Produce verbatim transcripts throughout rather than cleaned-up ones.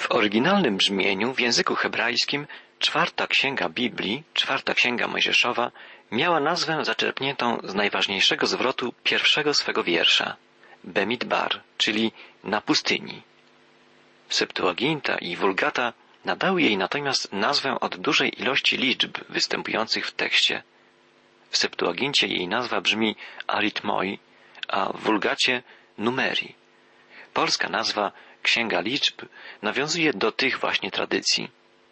W oryginalnym brzmieniu w języku hebrajskim czwarta księga Biblii, czwarta księga Mojżeszowa, miała nazwę zaczerpniętą z najważniejszego zwrotu pierwszego swego wiersza, Bemidbar, czyli na pustyni. Septuaginta i Vulgata nadały jej natomiast nazwę od dużej ilości liczb występujących w tekście. W Septuagincie jej nazwa brzmi aritmoi, a w Vulgacie numeri. Polska nazwa Księga Liczb nawiązuje do tych właśnie tradycji.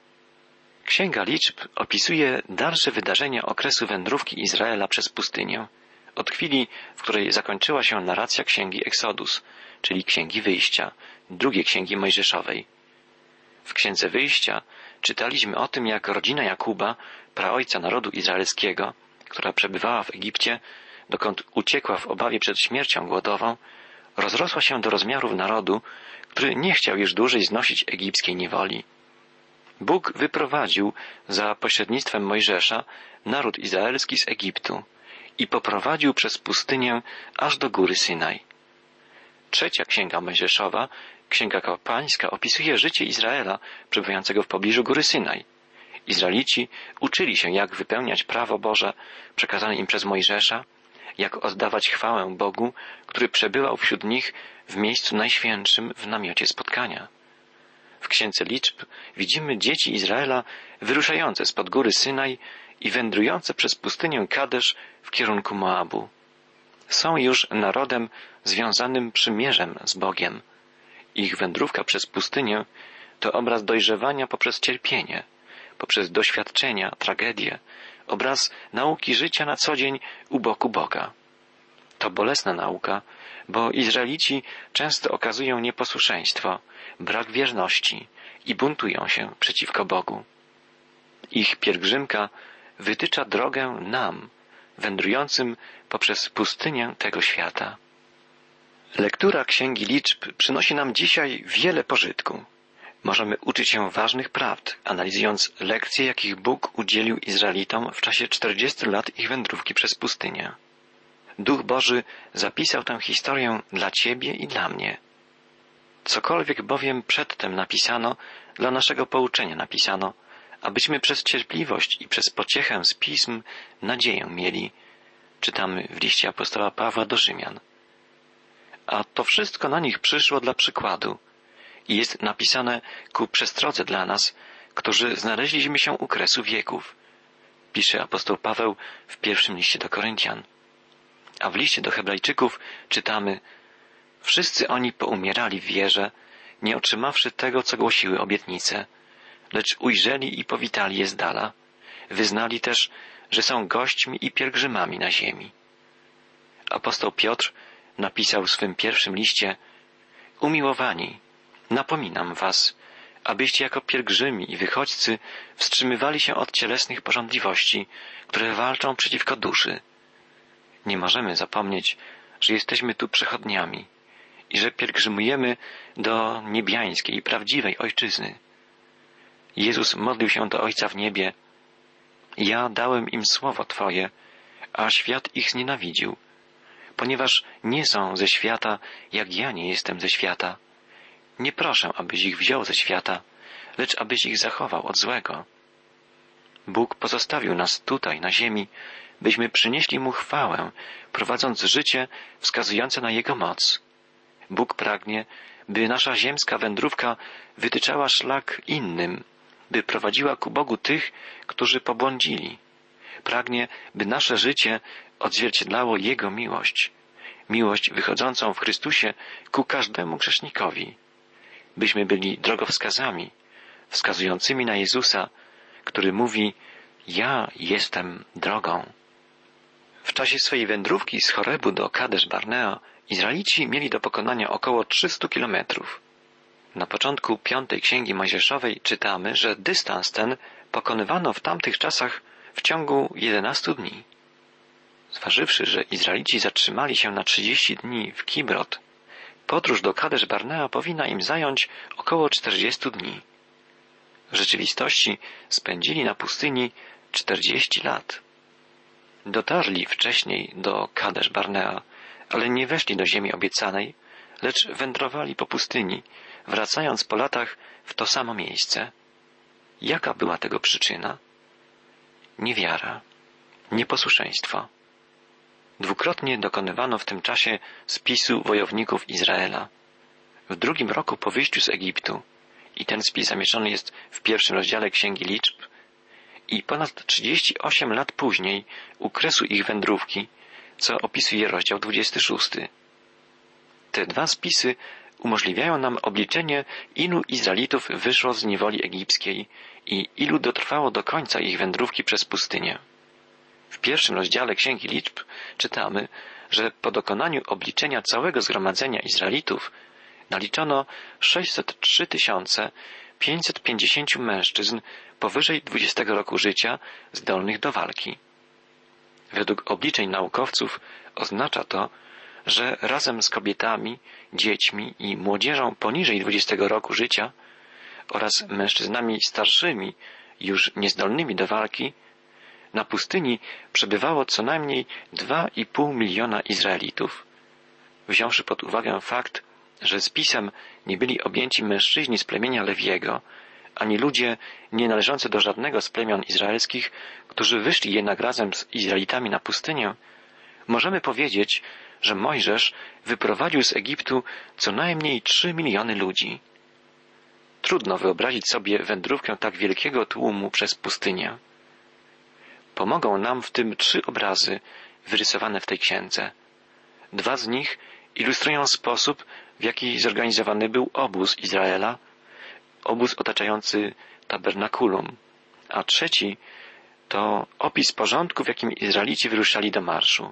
Księga Liczb opisuje dalsze wydarzenia okresu wędrówki Izraela przez pustynię, od chwili, w której zakończyła się narracja Księgi Exodus, czyli Księgi Wyjścia, drugiej Księgi Mojżeszowej. W Księdze Wyjścia czytaliśmy o tym, jak rodzina Jakuba, praojca narodu izraelskiego, która przebywała w Egipcie, dokąd uciekła w obawie przed śmiercią głodową, rozrosła się do rozmiarów narodu, który nie chciał już dłużej znosić egipskiej niewoli. Bóg wyprowadził za pośrednictwem Mojżesza naród izraelski z Egiptu i poprowadził przez pustynię aż do góry Synaj. Trzecia księga Mojżeszowa, księga kapłańska, opisuje życie Izraela przebywającego w pobliżu góry Synaj. Izraelici uczyli się, jak wypełniać prawo Boże przekazane im przez Mojżesza, jak oddawać chwałę Bogu, który przebywał wśród nich w miejscu najświętszym w namiocie spotkania. W Księdze Liczb widzimy dzieci Izraela wyruszające spod góry Synaj i wędrujące przez pustynię Kadesz w kierunku Moabu. Są już narodem związanym przymierzem z Bogiem. Ich wędrówka przez pustynię to obraz dojrzewania poprzez cierpienie, poprzez doświadczenia, tragedie, obraz nauki życia na co dzień u boku Boga. To bolesna nauka, bo Izraelici często okazują nieposłuszeństwo, brak wierności i buntują się przeciwko Bogu. Ich pielgrzymka wytycza drogę nam, wędrującym poprzez pustynię tego świata. Lektura Księgi Liczb przynosi nam dzisiaj wiele pożytku. Możemy uczyć się ważnych prawd, analizując lekcje, jakich Bóg udzielił Izraelitom w czasie czterdziestu lat ich wędrówki przez pustynię. Duch Boży zapisał tę historię dla Ciebie i dla mnie. Cokolwiek bowiem przedtem napisano, dla naszego pouczenia napisano, abyśmy przez cierpliwość i przez pociechę z Pism nadzieję mieli. Czytamy w liście apostoła Pawła do Rzymian. A to wszystko na nich przyszło dla przykładu i jest napisane ku przestrodze dla nas, którzy znaleźliśmy się u kresu wieków, pisze apostoł Paweł w pierwszym liście do Koryntian. A w liście do Hebrajczyków czytamy: wszyscy oni poumierali w wierze, nie otrzymawszy tego, co głosiły obietnice, lecz ujrzeli i powitali je z dala. Wyznali też, że są gośćmi i pielgrzymami na ziemi. Apostoł Piotr napisał w swym pierwszym liście: umiłowani, napominam was, abyście jako pielgrzymi i wychodźcy wstrzymywali się od cielesnych porządliwości, które walczą przeciwko duszy. Nie możemy zapomnieć, że jesteśmy tu przechodniami i że pielgrzymujemy do niebiańskiej, prawdziwej Ojczyzny. Jezus modlił się do Ojca w niebie: ja dałem im słowo Twoje, a świat ich znienawidził, ponieważ nie są ze świata, jak ja nie jestem ze świata. Nie proszę, abyś ich wziął ze świata, lecz abyś ich zachował od złego. Bóg pozostawił nas tutaj, na ziemi, byśmy przynieśli Mu chwałę, prowadząc życie wskazujące na Jego moc. Bóg pragnie, by nasza ziemska wędrówka wytyczała szlak innym, by prowadziła ku Bogu tych, którzy pobłądzili. Pragnie, by nasze życie odzwierciedlało Jego miłość, miłość wychodzącą w Chrystusie ku każdemu grzesznikowi. Byśmy byli drogowskazami, wskazującymi na Jezusa, który mówi: ja jestem drogą. W czasie swojej wędrówki z Chorebu do Kadesz Barnea Izraelici mieli do pokonania około trzystu kilometrów. Na początku piątej księgi Mojżeszowej czytamy, że dystans ten pokonywano w tamtych czasach w ciągu jedenastu dni. Zważywszy, że Izraelici zatrzymali się na trzydzieści dni w Kibrot, podróż do Kadesz Barnea powinna im zająć około czterdziestu dni. W rzeczywistości spędzili na pustyni czterdzieści lat. Dotarli wcześniej do Kadesz Barnea, ale nie weszli do ziemi obiecanej, lecz wędrowali po pustyni, wracając po latach w to samo miejsce. Jaka była tego przyczyna? Niewiara, nieposłuszeństwo. Dwukrotnie dokonywano w tym czasie spisu wojowników Izraela. W drugim roku po wyjściu z Egiptu, i ten spis zamieszczony jest w pierwszym rozdziale Księgi Liczb, i ponad trzydzieści osiem lat później u kresu ich wędrówki, co opisuje rozdział dwudziesty szósty. Te dwa spisy umożliwiają nam obliczenie, ilu Izraelitów wyszło z niewoli egipskiej i ilu dotrwało do końca ich wędrówki przez pustynię. W pierwszym rozdziale Księgi Liczb czytamy, że po dokonaniu obliczenia całego zgromadzenia Izraelitów naliczono sześćset trzy tysiące pięćset pięćdziesięciu mężczyzn powyżej dwudziestego roku życia zdolnych do walki. Według obliczeń naukowców oznacza to, że razem z kobietami, dziećmi i młodzieżą poniżej dwudziestego roku życia oraz mężczyznami starszymi, już niezdolnymi do walki, na pustyni przebywało co najmniej dwa i pół miliona Izraelitów. Wziąwszy pod uwagę fakt, że spisem nie byli objęci mężczyźni z plemienia Lewiego, ani ludzie nie należący do żadnego z plemion izraelskich, którzy wyszli jednak razem z Izraelitami na pustynię, możemy powiedzieć, że Mojżesz wyprowadził z Egiptu co najmniej trzy miliony ludzi. Trudno wyobrazić sobie wędrówkę tak wielkiego tłumu przez pustynię. Pomogą nam w tym trzy obrazy wyrysowane w tej księdze. Dwa z nich ilustrują sposób, w jaki zorganizowany był obóz Izraela, obóz otaczający tabernakulum, a trzeci to opis porządku, w jakim Izraelici wyruszali do marszu.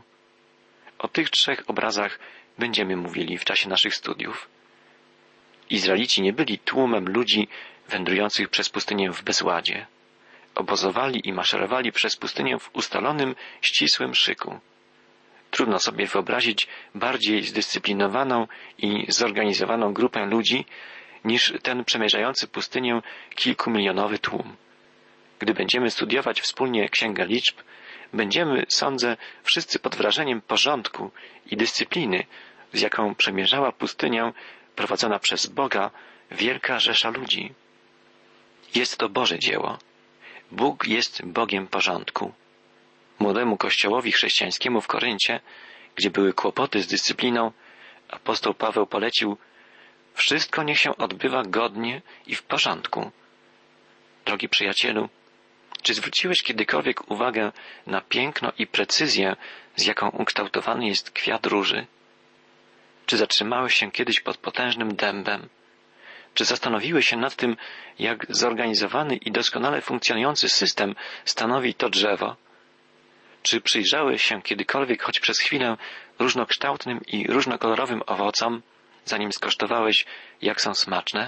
O tych trzech obrazach będziemy mówili w czasie naszych studiów. Izraelici nie byli tłumem ludzi wędrujących przez pustynię w bezładzie. Obozowali i maszerowali przez pustynię w ustalonym, ścisłym szyku. Trudno sobie wyobrazić bardziej zdyscyplinowaną i zorganizowaną grupę ludzi niż ten przemierzający pustynię kilkumilionowy tłum. Gdy będziemy studiować wspólnie Księgę Liczb, będziemy, sądzę, wszyscy pod wrażeniem porządku i dyscypliny, z jaką przemierzała pustynię prowadzona przez Boga wielka rzesza ludzi. Jest to Boże dzieło. Bóg jest Bogiem porządku. Młodemu kościołowi chrześcijańskiemu w Koryncie, gdzie były kłopoty z dyscypliną, apostoł Paweł polecił: wszystko niech się odbywa godnie i w porządku. Drogi przyjacielu, czy zwróciłeś kiedykolwiek uwagę na piękno i precyzję, z jaką ukształtowany jest kwiat róży? Czy zatrzymałeś się kiedyś pod potężnym dębem? Czy zastanowiłeś się nad tym, jak zorganizowany i doskonale funkcjonujący system stanowi to drzewo? Czy przyjrzałeś się kiedykolwiek choć przez chwilę różnokształtnym i różnokolorowym owocom, zanim skosztowałeś, jak są smaczne?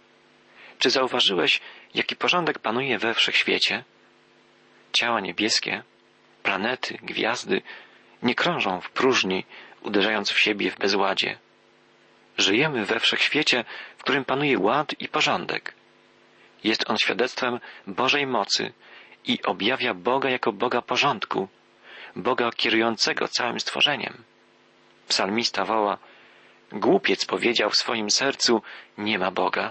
Czy zauważyłeś, jaki porządek panuje we wszechświecie? Ciała niebieskie, planety, gwiazdy nie krążą w próżni, uderzając w siebie w bezładzie. Żyjemy we wszechświecie, w którym panuje ład i porządek. Jest on świadectwem Bożej mocy i objawia Boga jako Boga porządku, Boga kierującego całym stworzeniem. Psalmista woła: głupiec powiedział w swoim sercu, nie ma Boga.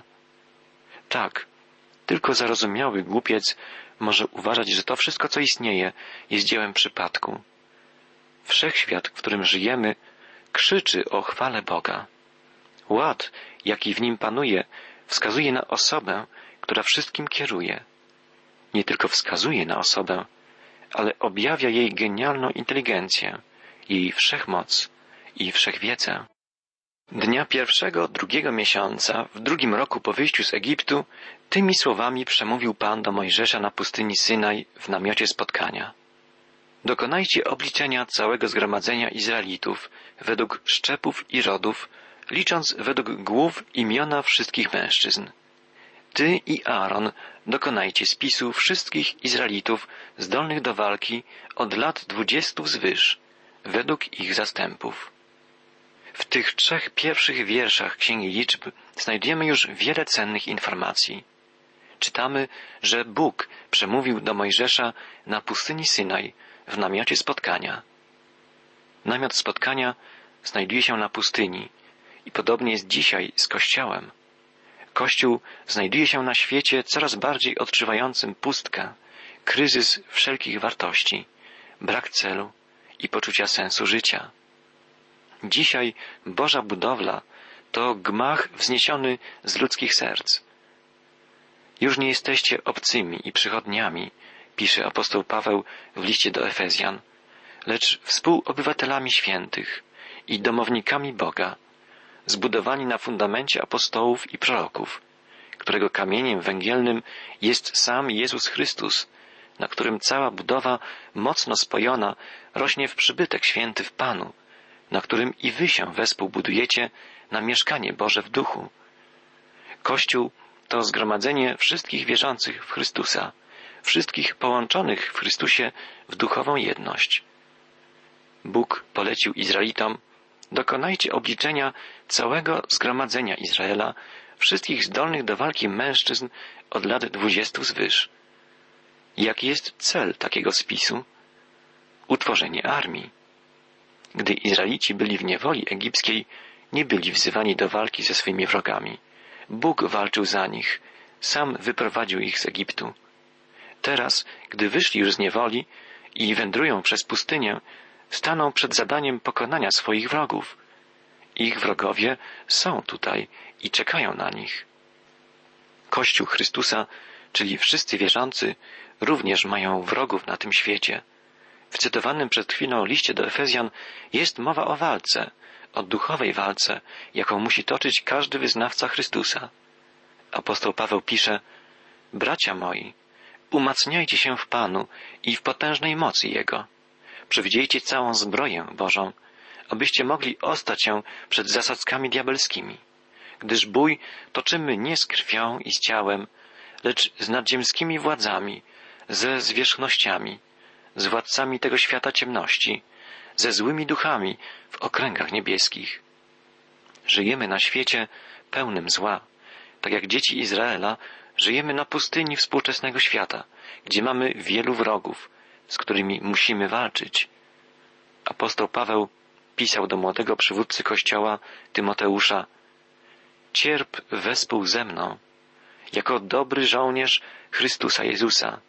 Tak, tylko zarozumiały głupiec może uważać, że to wszystko, co istnieje, jest dziełem przypadku. Wszechświat, w którym żyjemy, krzyczy o chwale Boga. Ład, jaki w nim panuje, wskazuje na osobę, która wszystkim kieruje. Nie tylko wskazuje na osobę, ale objawia jej genialną inteligencję, jej wszechmoc i wszechwiedzę. Dnia pierwszego, drugiego miesiąca, w drugim roku po wyjściu z Egiptu, tymi słowami przemówił Pan do Mojżesza na pustyni Synaj w namiocie spotkania. Dokonajcie obliczenia całego zgromadzenia Izraelitów według szczepów i rodów, licząc według głów imiona wszystkich mężczyzn. Ty i Aaron dokonajcie spisu wszystkich Izraelitów zdolnych do walki od lat dwudziestu wzwyż, według ich zastępów. W tych trzech pierwszych wierszach Księgi Liczb znajdujemy już wiele cennych informacji. Czytamy, że Bóg przemówił do Mojżesza na pustyni Synaj w namiocie spotkania. Namiot spotkania znajduje się na pustyni i podobnie jest dzisiaj z Kościołem. Kościół znajduje się na świecie coraz bardziej odczuwającym pustkę, kryzys wszelkich wartości, brak celu i poczucia sensu życia. Dzisiaj Boża budowla to gmach wzniesiony z ludzkich serc. Już nie jesteście obcymi i przychodniami, pisze apostoł Paweł w liście do Efezjan, lecz współobywatelami świętych i domownikami Boga, zbudowani na fundamencie apostołów i proroków, którego kamieniem węgielnym jest sam Jezus Chrystus, na którym cała budowa mocno spojona rośnie w przybytek święty w Panu, na którym i wy się wespół budujecie na mieszkanie Boże w duchu. Kościół to zgromadzenie wszystkich wierzących w Chrystusa, wszystkich połączonych w Chrystusie w duchową jedność. Bóg polecił Izraelitom: dokonajcie obliczenia całego zgromadzenia Izraela, wszystkich zdolnych do walki mężczyzn od lat dwudziestu zwyż. Jaki jest cel takiego spisu? Utworzenie armii. Gdy Izraelici byli w niewoli egipskiej, nie byli wzywani do walki ze swymi wrogami. Bóg walczył za nich, sam wyprowadził ich z Egiptu. Teraz, gdy wyszli już z niewoli i wędrują przez pustynię, staną przed zadaniem pokonania swoich wrogów. Ich wrogowie są tutaj i czekają na nich. Kościół Chrystusa, czyli wszyscy wierzący, również mają wrogów na tym świecie. W cytowanym przed chwilą liście do Efezjan jest mowa o walce, o duchowej walce, jaką musi toczyć każdy wyznawca Chrystusa. Apostoł Paweł pisze: bracia moi, umacniajcie się w Panu i w potężnej mocy Jego. Przewidziejcie całą zbroję Bożą, abyście mogli ostać się przed zasadzkami diabelskimi. Gdyż bój toczymy nie z krwią i z ciałem, lecz z nadziemskimi władzami, ze zwierzchnościami, z władcami tego świata ciemności, ze złymi duchami w okręgach niebieskich. Żyjemy na świecie pełnym zła, tak jak dzieci Izraela żyjemy na pustyni współczesnego świata, gdzie mamy wielu wrogów, z którymi musimy walczyć. Apostoł Paweł pisał do młodego przywódcy Kościoła, Tymoteusza: cierp wespół ze mną, jako dobry żołnierz Chrystusa Jezusa.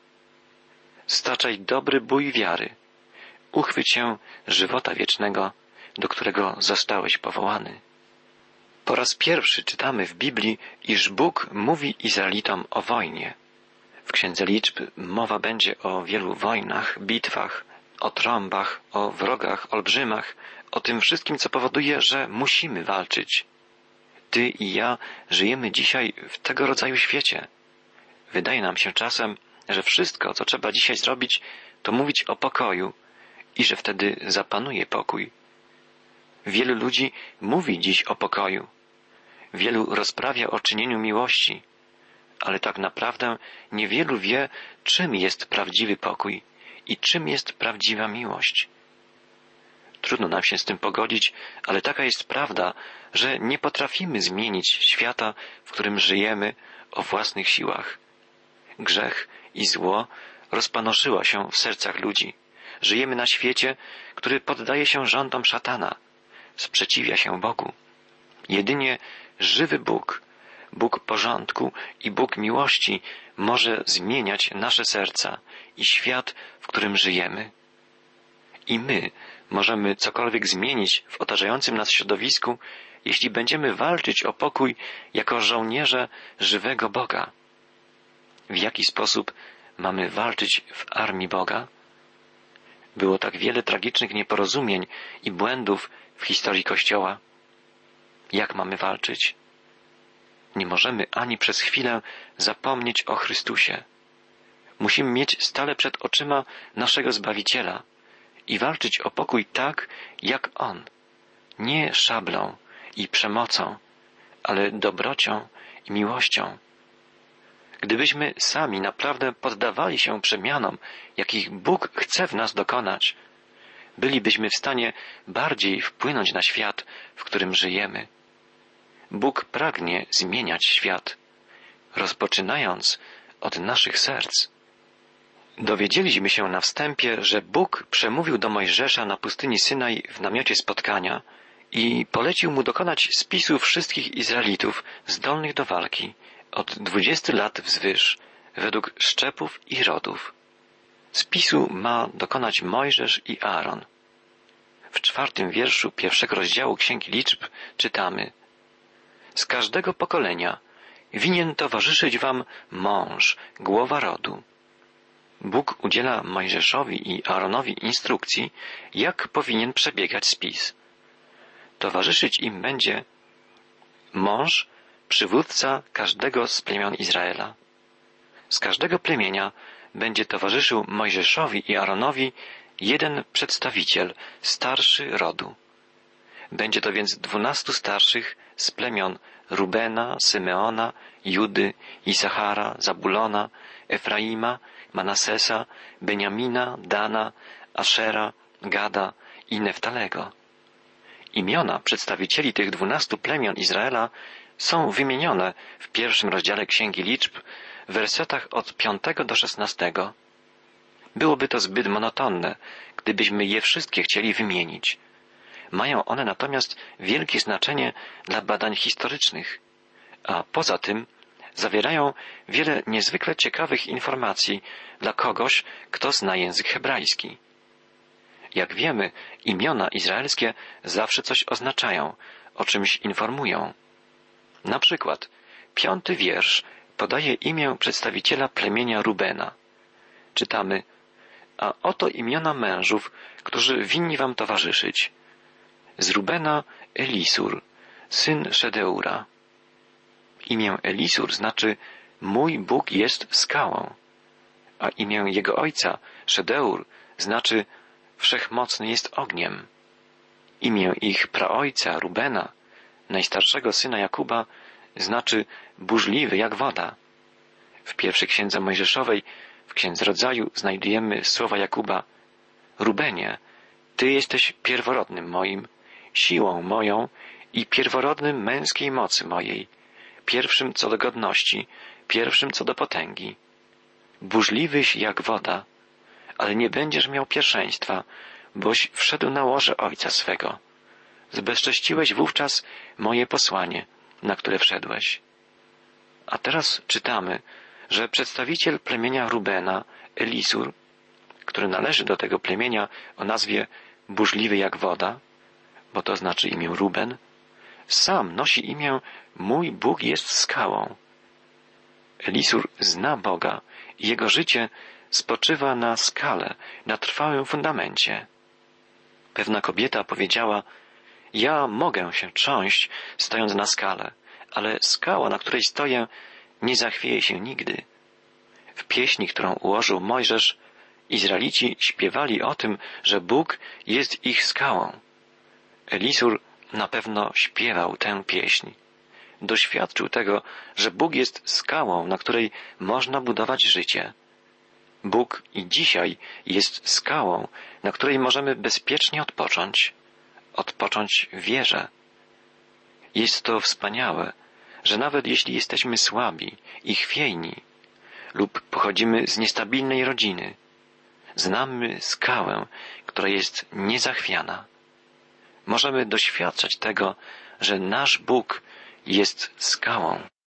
Staczaj dobry bój wiary. Uchwyć się żywota wiecznego, do którego zostałeś powołany. Po raz pierwszy czytamy w Biblii, iż Bóg mówi Izraelitom o wojnie. W Księdze Liczb mowa będzie o wielu wojnach, bitwach, o trąbach, o wrogach, olbrzymach, o tym wszystkim, co powoduje, że musimy walczyć. Ty i ja żyjemy dzisiaj w tego rodzaju świecie. Wydaje nam się czasem, że wszystko, co trzeba dzisiaj zrobić, to mówić o pokoju i że wtedy zapanuje pokój. Wielu ludzi mówi dziś o pokoju. Wielu rozprawia o czynieniu miłości, ale tak naprawdę niewielu wie, czym jest prawdziwy pokój i czym jest prawdziwa miłość. Trudno nam się z tym pogodzić, ale taka jest prawda, że nie potrafimy zmienić świata, w którym żyjemy, o własnych siłach. Grzech i zło rozpanoszyło się w sercach ludzi. Żyjemy na świecie, który poddaje się rządom szatana, sprzeciwia się Bogu. Jedynie żywy Bóg, Bóg porządku i Bóg miłości może zmieniać nasze serca i świat, w którym żyjemy. I my możemy cokolwiek zmienić w otaczającym nas środowisku, jeśli będziemy walczyć o pokój jako żołnierze żywego Boga. W jaki sposób mamy walczyć w armii Boga? Było tak wiele tragicznych nieporozumień i błędów w historii Kościoła. Jak mamy walczyć? Nie możemy ani przez chwilę zapomnieć o Chrystusie. Musimy mieć stale przed oczyma naszego Zbawiciela i walczyć o pokój tak, jak On. Nie szablą i przemocą, ale dobrocią i miłością. Gdybyśmy sami naprawdę poddawali się przemianom, jakich Bóg chce w nas dokonać, bylibyśmy w stanie bardziej wpłynąć na świat, w którym żyjemy. Bóg pragnie zmieniać świat, rozpoczynając od naszych serc. Dowiedzieliśmy się na wstępie, że Bóg przemówił do Mojżesza na pustyni Synaj w namiocie spotkania i polecił mu dokonać spisu wszystkich Izraelitów zdolnych do walki od dwudziestu lat wzwyż, według szczepów i rodów. Spisu ma dokonać Mojżesz i Aaron. W czwartym wierszu pierwszego rozdziału Księgi Liczb czytamy: z każdego pokolenia winien towarzyszyć wam mąż, głowa rodu. Bóg udziela Mojżeszowi i Aaronowi instrukcji, jak powinien przebiegać spis. Towarzyszyć im będzie mąż, przywódca każdego z plemion Izraela. Z każdego plemienia będzie towarzyszył Mojżeszowi i Aaronowi jeden przedstawiciel, starszy rodu. Będzie to więc dwunastu starszych z plemion Rubena, Symeona, Judy, Isachara, Zabulona, Efraima, Manasesa, Beniamina, Dana, Ashera, Gada i Neftalego. Imiona przedstawicieli tych dwunastu plemion Izraela są wymienione w pierwszym rozdziale Księgi Liczb w wersetach od piątego do szesnastego. Byłoby to zbyt monotonne, gdybyśmy je wszystkie chcieli wymienić. Mają one natomiast wielkie znaczenie dla badań historycznych, a poza tym zawierają wiele niezwykle ciekawych informacji dla kogoś, kto zna język hebrajski. Jak wiemy, imiona izraelskie zawsze coś oznaczają, o czymś informują. Na przykład piąty wiersz podaje imię przedstawiciela plemienia Rubena. Czytamy: a oto imiona mężów, którzy winni wam towarzyszyć. Z Rubena Elisur, syn Szedeura. Imię Elisur znaczy mój Bóg jest skałą, a imię jego ojca Szedeur znaczy wszechmocny jest ogniem. Imię ich praojca Rubena, najstarszego syna Jakuba, znaczy burzliwy jak woda. W pierwszej księdze Mojżeszowej, w Księdze Rodzaju, znajdujemy słowa Jakuba: Rubenie, ty jesteś pierworodnym moim, siłą moją i pierworodnym męskiej mocy mojej, pierwszym co do godności, pierwszym co do potęgi. Burzliwyś jak woda, ale nie będziesz miał pierwszeństwa, boś wszedł na łoże ojca swego. Zbezcześciłeś wówczas moje posłanie, na które wszedłeś. A teraz czytamy, że przedstawiciel plemienia Rubena, Elisur, który należy do tego plemienia o nazwie burzliwy jak woda, bo to znaczy imię Ruben, sam nosi imię mój Bóg jest skałą. Elisur zna Boga i jego życie spoczywa na skale, na trwałym fundamencie. Pewna kobieta powiedziała: ja mogę się trząść, stojąc na skale, ale skała, na której stoję, nie zachwieje się nigdy. W pieśni, którą ułożył Mojżesz, Izraelici śpiewali o tym, że Bóg jest ich skałą. Elisur na pewno śpiewał tę pieśń. Doświadczył tego, że Bóg jest skałą, na której można budować życie. Bóg i dzisiaj jest skałą, na której możemy bezpiecznie odpocząć. Odpocząć w wierze. Jest to wspaniałe, że nawet jeśli jesteśmy słabi i chwiejni lub pochodzimy z niestabilnej rodziny, znamy skałę, która jest niezachwiana. Możemy doświadczać tego, że nasz Bóg jest skałą.